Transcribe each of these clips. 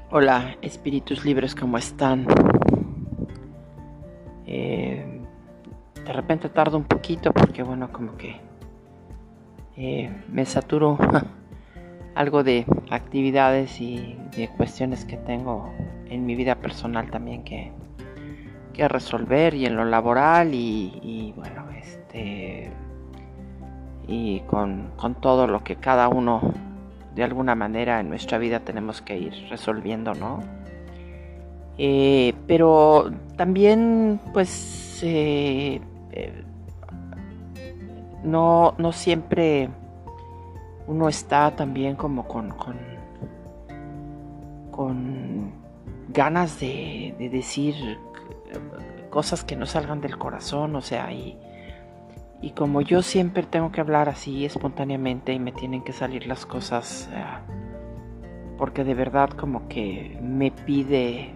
Hola, espíritus libres, ¿cómo están? De repente tardo un poquito porque, bueno, como que me saturo algo de actividades y de cuestiones que tengo en mi vida personal también que resolver y en lo laboral y bueno, y con todo lo que cada uno de alguna manera en nuestra vida tenemos que ir resolviendo, ¿no? Pero también pues no siempre uno está también como con ganas de decir cosas que no salgan del corazón, o sea, y como yo siempre tengo que hablar así espontáneamente y me tienen que salir las cosas porque de verdad como que me pide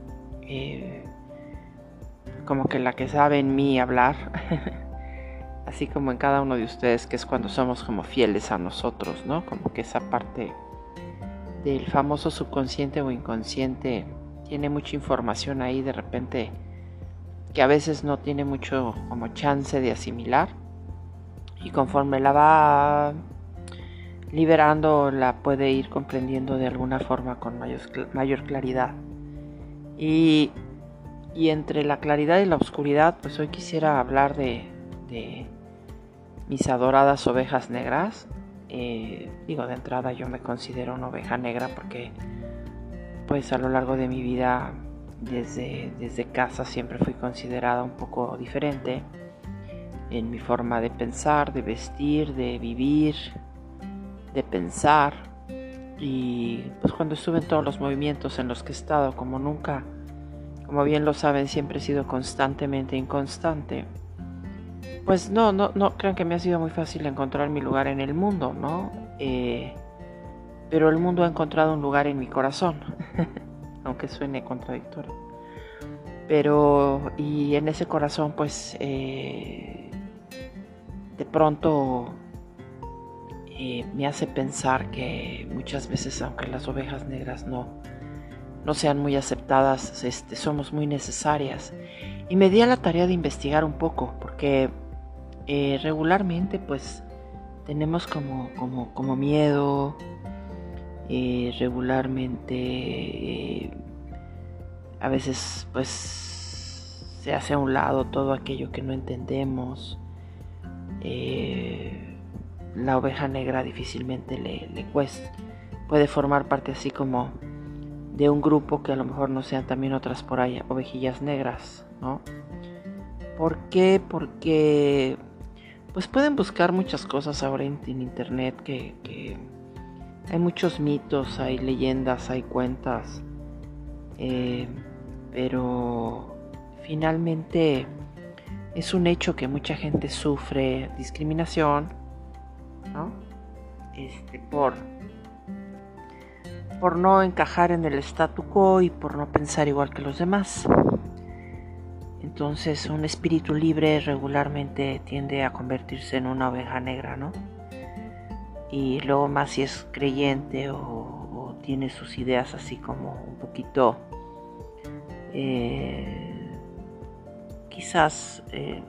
como que la que sabe en mí hablar, así como en cada uno de ustedes, que es cuando somos como fieles a nosotros, ¿no? Como que esa parte del famoso subconsciente o inconsciente tiene mucha información ahí de repente que a veces no tiene mucho como chance de asimilar y conforme la va liberando la puede ir comprendiendo de alguna forma con mayor claridad. Y entre la claridad y la oscuridad, pues hoy quisiera hablar de mis adoradas ovejas negras. Digo, de entrada yo me considero una oveja negra porque pues a lo largo de mi vida desde casa siempre fui considerada un poco diferente en mi forma de pensar, de vestir, de vivir, de pensar. Y pues cuando estuve en todos los movimientos en los que he estado, como nunca, como bien lo saben, siempre he sido constantemente inconstante. Pues no crean que me ha sido muy fácil encontrar mi lugar en el mundo, ¿no? Pero el mundo ha encontrado un lugar en mi corazón, aunque suene contradictorio. Pero, y en ese corazón, pues, de pronto me hace pensar que muchas veces, aunque las ovejas negras no sean muy aceptadas, somos muy necesarias. Y me di a la tarea de investigar un poco, porque regularmente pues tenemos como miedo, regularmente a veces pues se hace a un lado todo aquello que no entendemos. La oveja negra difícilmente le cuesta, puede formar parte así como de un grupo que a lo mejor no sean también otras por ahí ovejillas negras, ¿no? ¿Por qué? Porque pues pueden buscar muchas cosas ahora en internet que hay muchos mitos, hay leyendas, hay cuentas, eh, pero finalmente es un hecho que mucha gente sufre discriminación, ¿no? Por no encajar en el statu quo y por no pensar igual que los demás. Entonces un espíritu libre regularmente tiende a convertirse en una oveja negra, ¿no? Y luego más si es creyente o tiene sus ideas así como un poquito quizás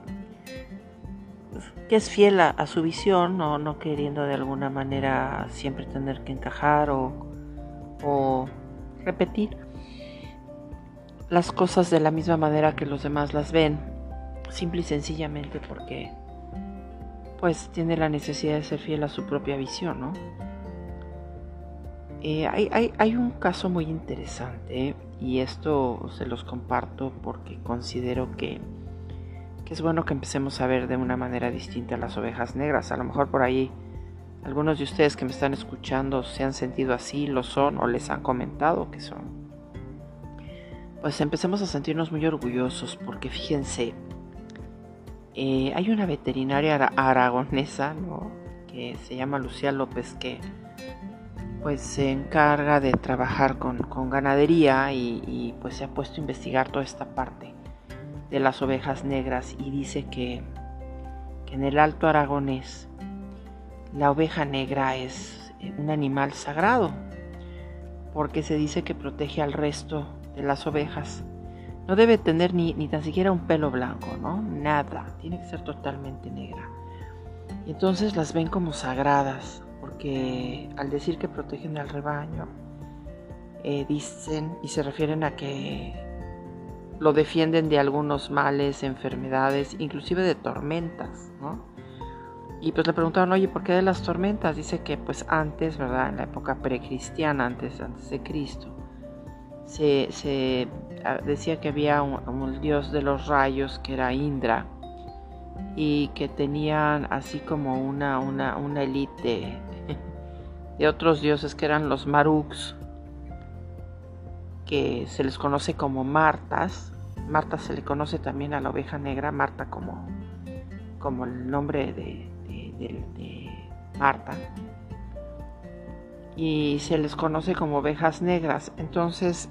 que es fiel a su visión, no queriendo de alguna manera siempre tener que encajar o repetir las cosas de la misma manera que los demás las ven, simple y sencillamente porque pues tiene la necesidad de ser fiel a su propia visión, ¿no? Hay un caso muy interesante y esto se los comparto porque considero que es bueno que empecemos a ver de una manera distinta a las ovejas negras. A lo mejor por ahí algunos de ustedes que me están escuchando se han sentido así, lo son o les han comentado que son. Pues empecemos a sentirnos muy orgullosos porque fíjense, hay una veterinaria aragonesa, ¿no? Que se llama Lucía López, que pues se encarga de trabajar con ganadería y pues se ha puesto a investigar toda esta parte de las ovejas negras y dice que en el Alto Aragonés la oveja negra es un animal sagrado porque se dice que protege al resto de las ovejas. No debe tener ni tan siquiera un pelo blanco, ¿no? Nada, tiene que ser totalmente negra. Y entonces las ven como sagradas, porque al decir que protegen al rebaño, dicen y se refieren a que lo defienden de algunos males, enfermedades, inclusive de tormentas, ¿no? Y pues le preguntaron, oye, ¿por qué de las tormentas? Dice que pues antes, ¿verdad? En la época precristiana, antes de Cristo, se decía que había un dios de los rayos que era Indra, y que tenían así como una élite de otros dioses que eran los Maruks, que se les conoce como Martas. Marta se le conoce también a la oveja negra, Marta como el nombre de Marta, y se les conoce como ovejas negras. Entonces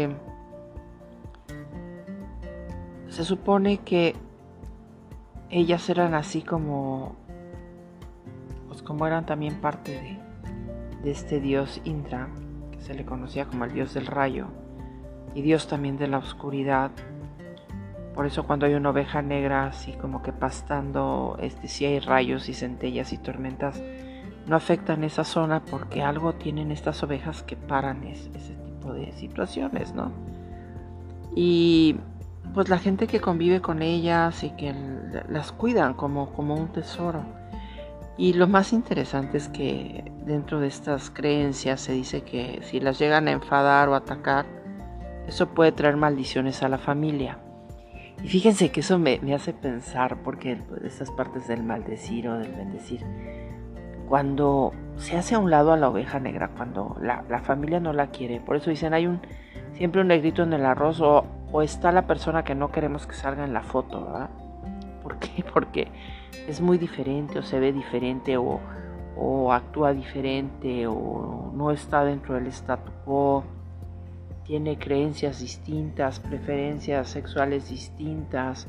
se supone que ellas eran así como, pues como eran también parte de este dios Indra, que se le conocía como el dios del rayo y dios también de la oscuridad. Por eso cuando hay una oveja negra así como que pastando, si hay rayos y centellas y tormentas, no afectan esa zona, porque algo tienen estas ovejas que paran ese tipo de situaciones, ¿no? Y pues la gente que convive con ellas y que las cuidan como un tesoro. Y lo más interesante es que dentro de estas creencias se dice que si las llegan a enfadar o atacar, eso puede traer maldiciones a la familia. Y fíjense que eso me hace pensar, porque pues, estas partes del maldecir o del bendecir, cuando se hace a un lado a la oveja negra, cuando la familia no la quiere, por eso dicen hay siempre un negrito en el arroz, o está la persona que no queremos que salga en la foto, ¿verdad? ¿Por qué? Porque es muy diferente, o se ve diferente, o actúa diferente, o no está dentro del statu quo, tiene creencias distintas, preferencias sexuales distintas,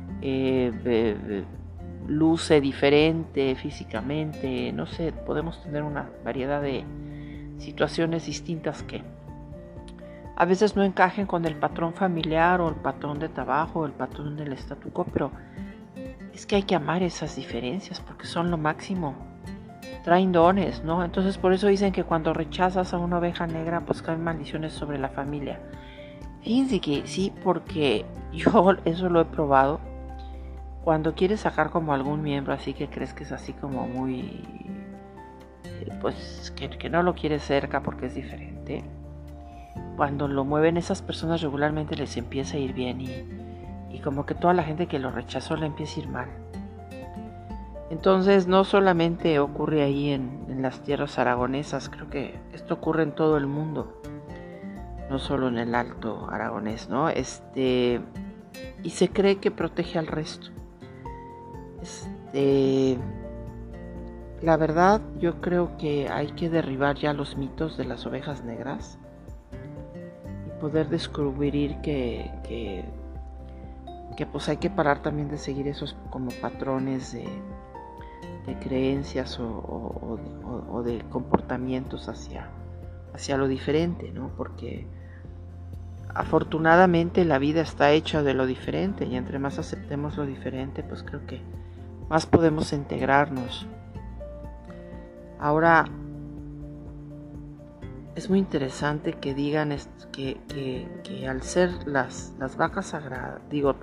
luce diferente físicamente, no sé, podemos tener una variedad de situaciones distintas que a veces no encajen con el patrón familiar o el patrón de trabajo o el patrón del statu quo, pero es que hay que amar esas diferencias porque son lo máximo, traen dones, ¿no? Entonces por eso dicen que cuando rechazas a una oveja negra pues caen maldiciones sobre la familia. Fíjense que sí, porque yo eso lo he probado. Cuando quieres sacar como algún miembro así que crees que es así como muy, pues que no lo quieres cerca porque es diferente, cuando lo mueven esas personas regularmente les empieza a ir bien, y como que toda la gente que lo rechazó le empieza a ir mal. Entonces no solamente ocurre ahí en las tierras aragonesas, creo que esto ocurre en todo el mundo, no solo en el Alto Aragonés, ¿no? Y se cree que protege al resto. La verdad, yo creo que hay que derribar ya los mitos de las ovejas negras y poder descubrir que pues hay que parar también de seguir esos como patrones de creencias o de comportamientos hacia lo diferente, ¿no? Porque afortunadamente la vida está hecha de lo diferente, y entre más aceptemos lo diferente, pues creo que más podemos integrarnos. Ahora, es muy interesante que digan que al ser las vacas sagradas,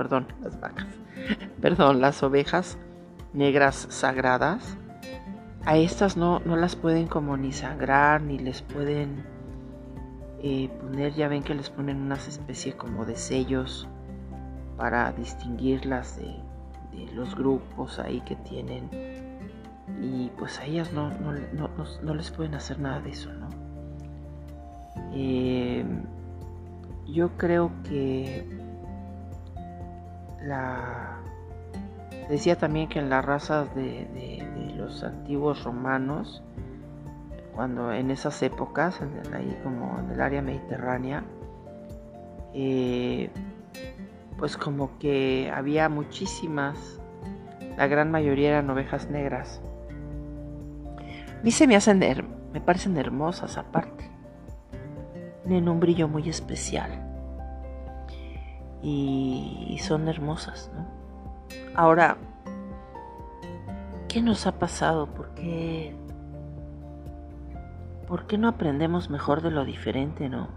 las ovejas negras sagradas, a estas no las pueden como ni sangrar, ni les pueden poner, ya ven que les ponen unas especies como de sellos para distinguirlas de los grupos ahí que tienen, y pues a ellas no les pueden hacer nada de eso, ¿no? Yo creo que decía también que en las razas de los antiguos romanos, cuando en esas épocas, ahí como en el área mediterránea, pues como que había muchísimas, la gran mayoría eran ovejas negras. A mí me parecen hermosas aparte. tienen un brillo muy especial y son hermosas, ¿no? Ahora, ¿qué nos ha pasado? ¿Por qué no aprendemos mejor de lo diferente, no?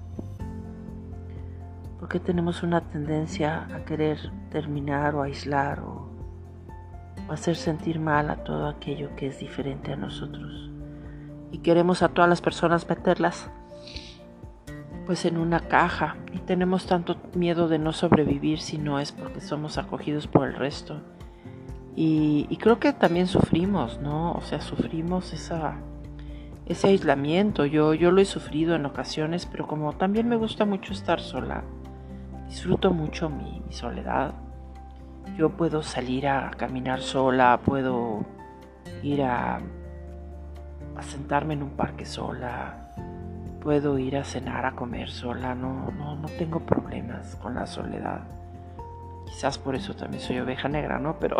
¿Por qué tenemos una tendencia a querer terminar o aislar o hacer sentir mal a todo aquello que es diferente a nosotros? Y queremos a todas las personas meterlas pues en una caja y tenemos tanto miedo de no sobrevivir si no es porque somos acogidos por el resto. Y creo que también sufrimos, ¿no? O sea, sufrimos ese aislamiento. Yo lo he sufrido en ocasiones, pero como también me gusta mucho estar sola, disfruto mucho mi soledad. Yo puedo salir a caminar sola, puedo ir a sentarme en un parque sola, puedo ir a cenar, a comer sola, no tengo problemas con la soledad. Quizás por eso también soy oveja negra, ¿no? Pero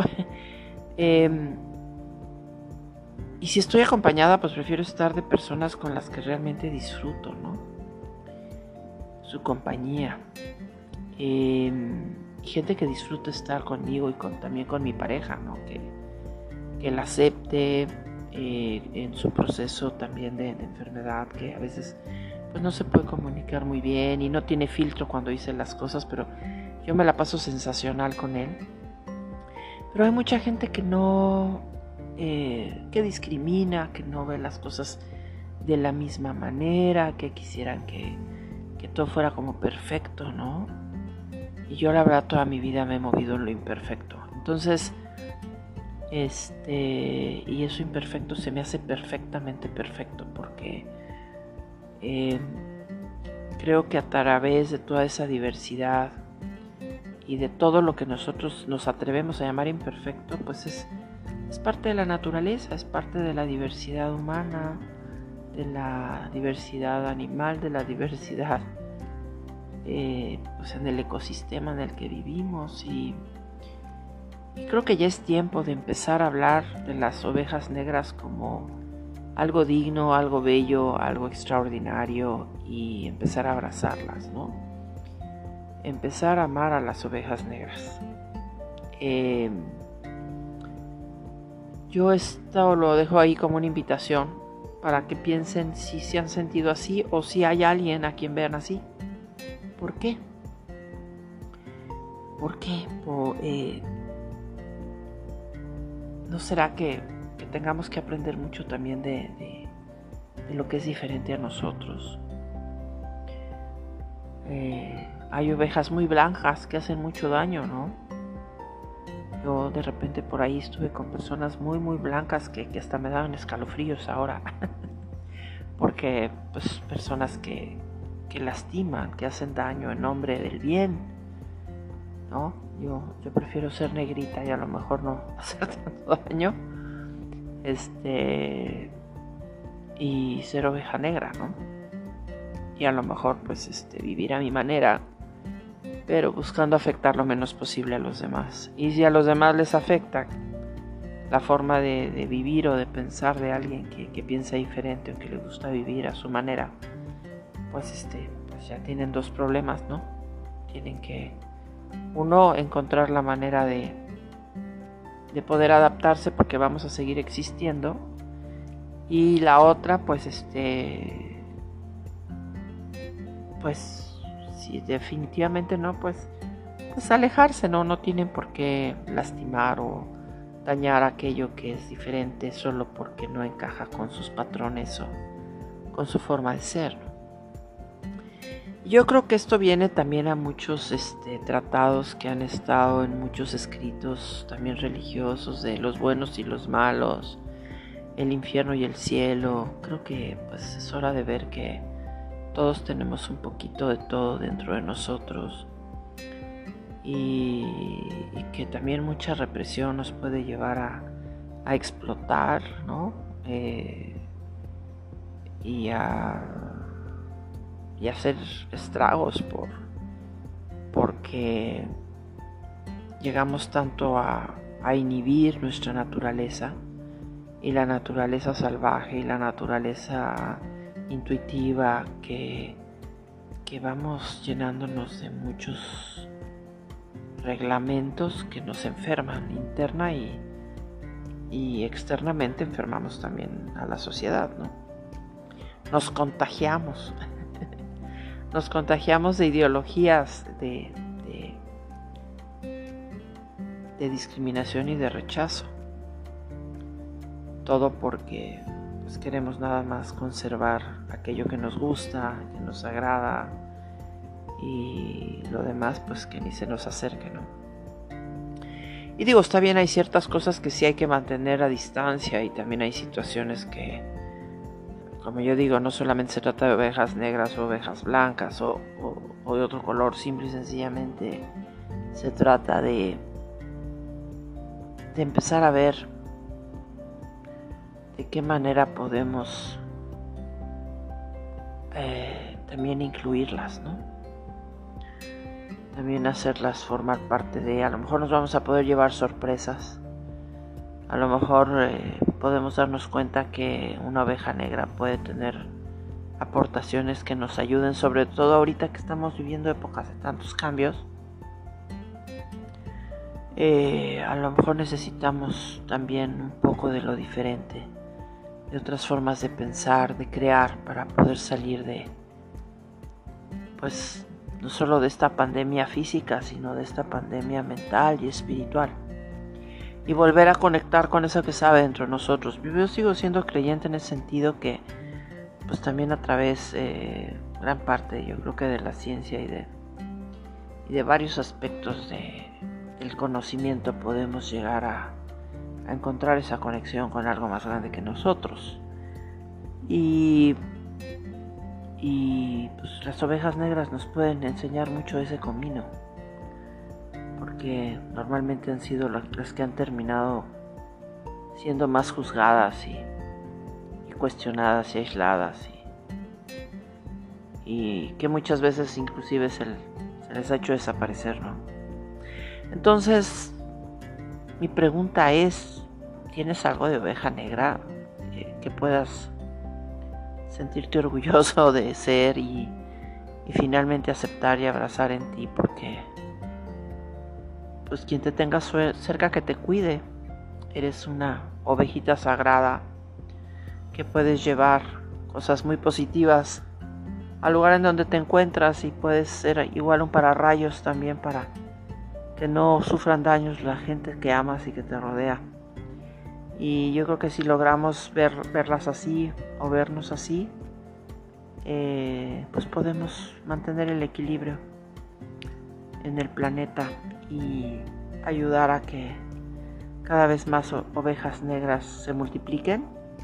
y si estoy acompañada, pues prefiero estar de personas con las que realmente disfruto, ¿no? Su compañía. Y gente que disfruta estar conmigo y también con mi pareja, ¿no? Que la acepte en su proceso también de enfermedad, que a veces pues no se puede comunicar muy bien y no tiene filtro cuando dice las cosas, pero yo me la paso sensacional con él. Pero hay mucha gente que no, que discrimina, que no ve las cosas de la misma manera, que quisieran que todo fuera como perfecto, ¿no? Y yo la verdad toda mi vida me he movido en lo imperfecto. Entonces, y eso imperfecto se me hace perfectamente perfecto porque creo que a través de toda esa diversidad y de todo lo que nosotros nos atrevemos a llamar imperfecto, pues es parte de la naturaleza, es parte de la diversidad humana, de la diversidad animal, de la diversidad pues en el ecosistema en el que vivimos y creo que ya es tiempo de empezar a hablar de las ovejas negras como algo digno, algo bello, algo extraordinario y empezar a abrazarlas, ¿no? Empezar a amar a las ovejas negras. Yo esto lo dejo ahí como una invitación para que piensen si se han sentido así o si hay alguien a quien vean así. ¿Por qué? ¿Por qué? ¿No será que tengamos que aprender mucho también de lo que es diferente a nosotros? Hay ovejas muy blancas que hacen mucho daño, ¿no? Yo de repente por ahí estuve con personas muy muy blancas que hasta me daban escalofríos ahora. Porque pues personas que lastiman, que hacen daño en nombre del bien, ¿no? Yo prefiero ser negrita y a lo mejor no hacer tanto daño, y ser oveja negra, ¿no? Y a lo mejor pues vivir a mi manera, pero buscando afectar lo menos posible a los demás. Y si a los demás les afecta la forma de vivir o de pensar de alguien que piensa diferente o que le gusta vivir a su manera, pues pues ya tienen dos problemas, ¿no? Tienen que uno encontrar la manera de poder adaptarse porque vamos a seguir existiendo, y la otra pues pues si definitivamente no, pues alejarse, no tienen por qué lastimar o dañar aquello que es diferente solo porque no encaja con sus patrones o con su forma de ser, ¿no? Yo creo que esto viene también a muchos tratados que han estado en muchos escritos también religiosos de los buenos y los malos, el infierno y el cielo. Creo que pues es hora de ver que todos tenemos un poquito de todo dentro de nosotros y que también mucha represión nos puede llevar a explotar, ¿no? Y hacer estragos porque llegamos tanto a inhibir nuestra naturaleza, y la naturaleza salvaje y la naturaleza intuitiva que que vamos llenándonos de muchos reglamentos que nos enferman interna y externamente enfermamos también a la sociedad, ¿no? Nos contagiamos. Nos contagiamos de ideologías de discriminación y de rechazo. Todo porque pues, queremos nada más conservar aquello que nos gusta, que nos agrada, y lo demás pues que ni se nos acerque, ¿no? Y digo, está bien, hay ciertas cosas que sí hay que mantener a distancia, y también hay situaciones que, como yo digo, no solamente se trata de ovejas negras o ovejas blancas o de otro color, simple y sencillamente se trata de empezar a ver de qué manera podemos también incluirlas, ¿no? También hacerlas formar parte de, a lo mejor nos vamos a poder llevar sorpresas, a lo mejor podemos darnos cuenta que una oveja negra puede tener aportaciones que nos ayuden, sobre todo ahorita que estamos viviendo épocas de tantos cambios. A lo mejor necesitamos también un poco de lo diferente, de otras formas de pensar, de crear, para poder salir de, pues, no solo de esta pandemia física, sino de esta pandemia mental y espiritual, y volver a conectar con eso que sabe dentro de nosotros. Yo sigo siendo creyente en el sentido que, pues también a través, gran parte, yo creo que de la ciencia y de varios aspectos del conocimiento, podemos llegar a encontrar esa conexión con algo más grande que nosotros. Y pues las ovejas negras nos pueden enseñar mucho ese camino, porque normalmente han sido las que han terminado siendo más juzgadas y cuestionadas y aisladas, y que muchas veces inclusive se les ha hecho desaparecer, ¿no? Entonces, mi pregunta es, ¿tienes algo de oveja negra que puedas sentirte orgulloso de ser y finalmente aceptar y abrazar en ti? Porque pues quien te tenga cerca que te cuide, eres una ovejita sagrada que puedes llevar cosas muy positivas al lugar en donde te encuentras, y puedes ser igual un pararrayos también para que no sufran daños la gente que amas y que te rodea. Y yo creo que si logramos verlas así o vernos así, pues podemos mantener el equilibrio en el planeta y ayudar a que cada vez más ovejas negras se multipliquen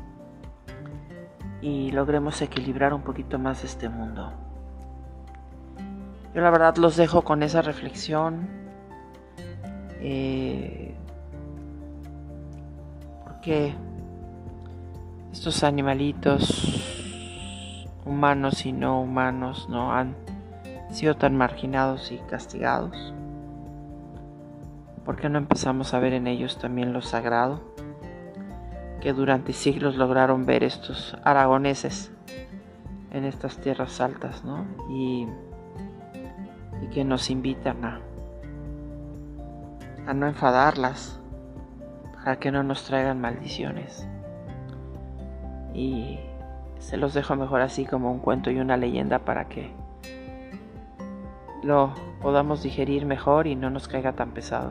y logremos equilibrar un poquito más este mundo. Yo la verdad los dejo con esa reflexión, porque estos animalitos, humanos y no humanos, no han sido tan marginados y castigados. ¿Por qué no empezamos a ver en ellos también lo sagrado que durante siglos lograron ver estos aragoneses en estas tierras altas, ¿no? Y que nos invitan a no enfadarlas, para que no nos traigan maldiciones. Y se los dejo mejor así, como un cuento y una leyenda, para que lo podamos digerir mejor y no nos caiga tan pesado.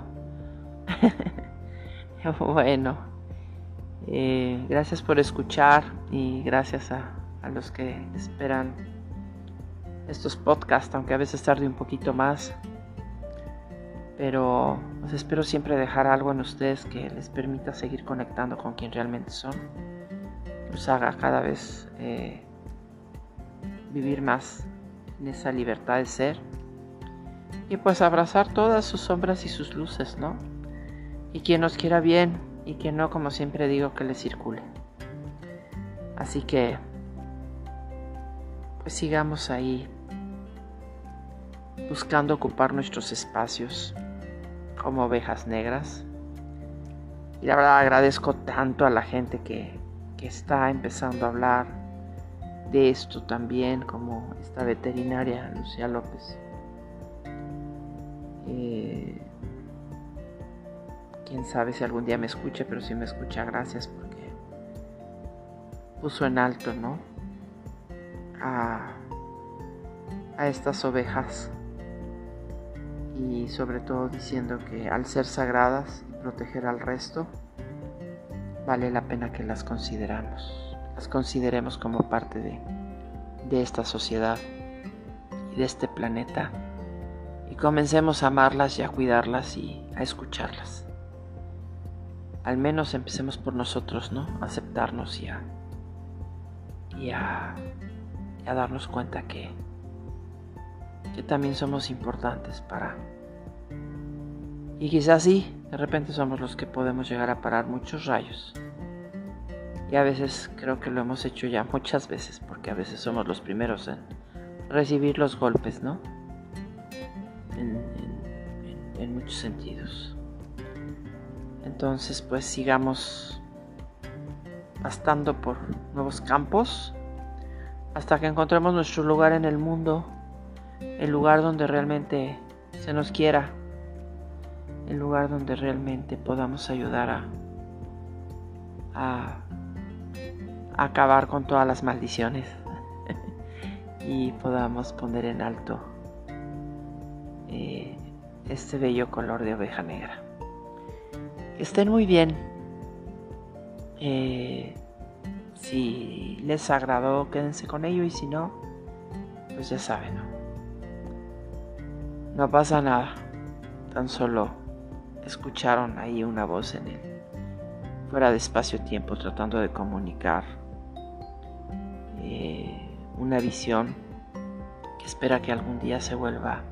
Bueno, gracias por escuchar, y gracias a los que esperan estos podcasts, aunque a veces tarde un poquito más. Pero pues espero siempre dejar algo en ustedes que les permita seguir conectando con quien realmente son, los haga cada vez vivir más en esa libertad de ser, y pues abrazar todas sus sombras y sus luces, ¿no? Y quien nos quiera bien, y quien no, como siempre digo, que le circule. Así que pues sigamos ahí buscando ocupar nuestros espacios como ovejas negras. Y la verdad agradezco tanto a la gente que está empezando a hablar de esto también, como esta veterinaria Lucía López. Quién sabe si algún día me escuche, pero si me escucha, gracias, porque puso en alto, ¿no? A estas ovejas, y sobre todo diciendo que al ser sagradas y proteger al resto, vale la pena que las consideremos como parte de esta sociedad y de este planeta, y comencemos a amarlas y a cuidarlas y a escucharlas. Al menos empecemos por nosotros, ¿no? A aceptarnos y a darnos cuenta que también somos importantes y quizás sí, de repente somos los que podemos llegar a parar muchos rayos. Y a veces creo que lo hemos hecho ya muchas veces, porque a veces somos los primeros en recibir los golpes, ¿no? En muchos sentidos. Entonces, pues sigamos pastando por nuevos campos hasta que encontremos nuestro lugar en el mundo, el lugar donde realmente se nos quiera, el lugar donde realmente podamos ayudar a acabar con todas las maldiciones y podamos poner en alto este bello color de oveja negra. Que estén muy bien. Si les agradó, quédense con ello, y si no, pues ya saben, no pasa nada. Tan solo escucharon ahí una voz en él, fuera de espacio-tiempo, tratando de comunicar una visión que espera que algún día se vuelva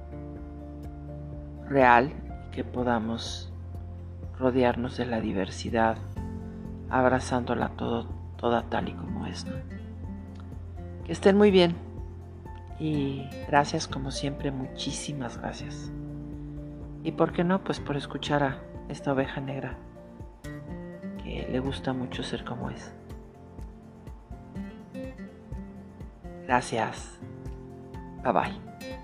real y que podamos rodearnos de la diversidad, abrazándola toda tal y como es, ¿no? Que estén muy bien, y gracias como siempre, muchísimas gracias. Y por qué no, pues por escuchar a esta oveja negra que le gusta mucho ser como es. Gracias. Bye bye.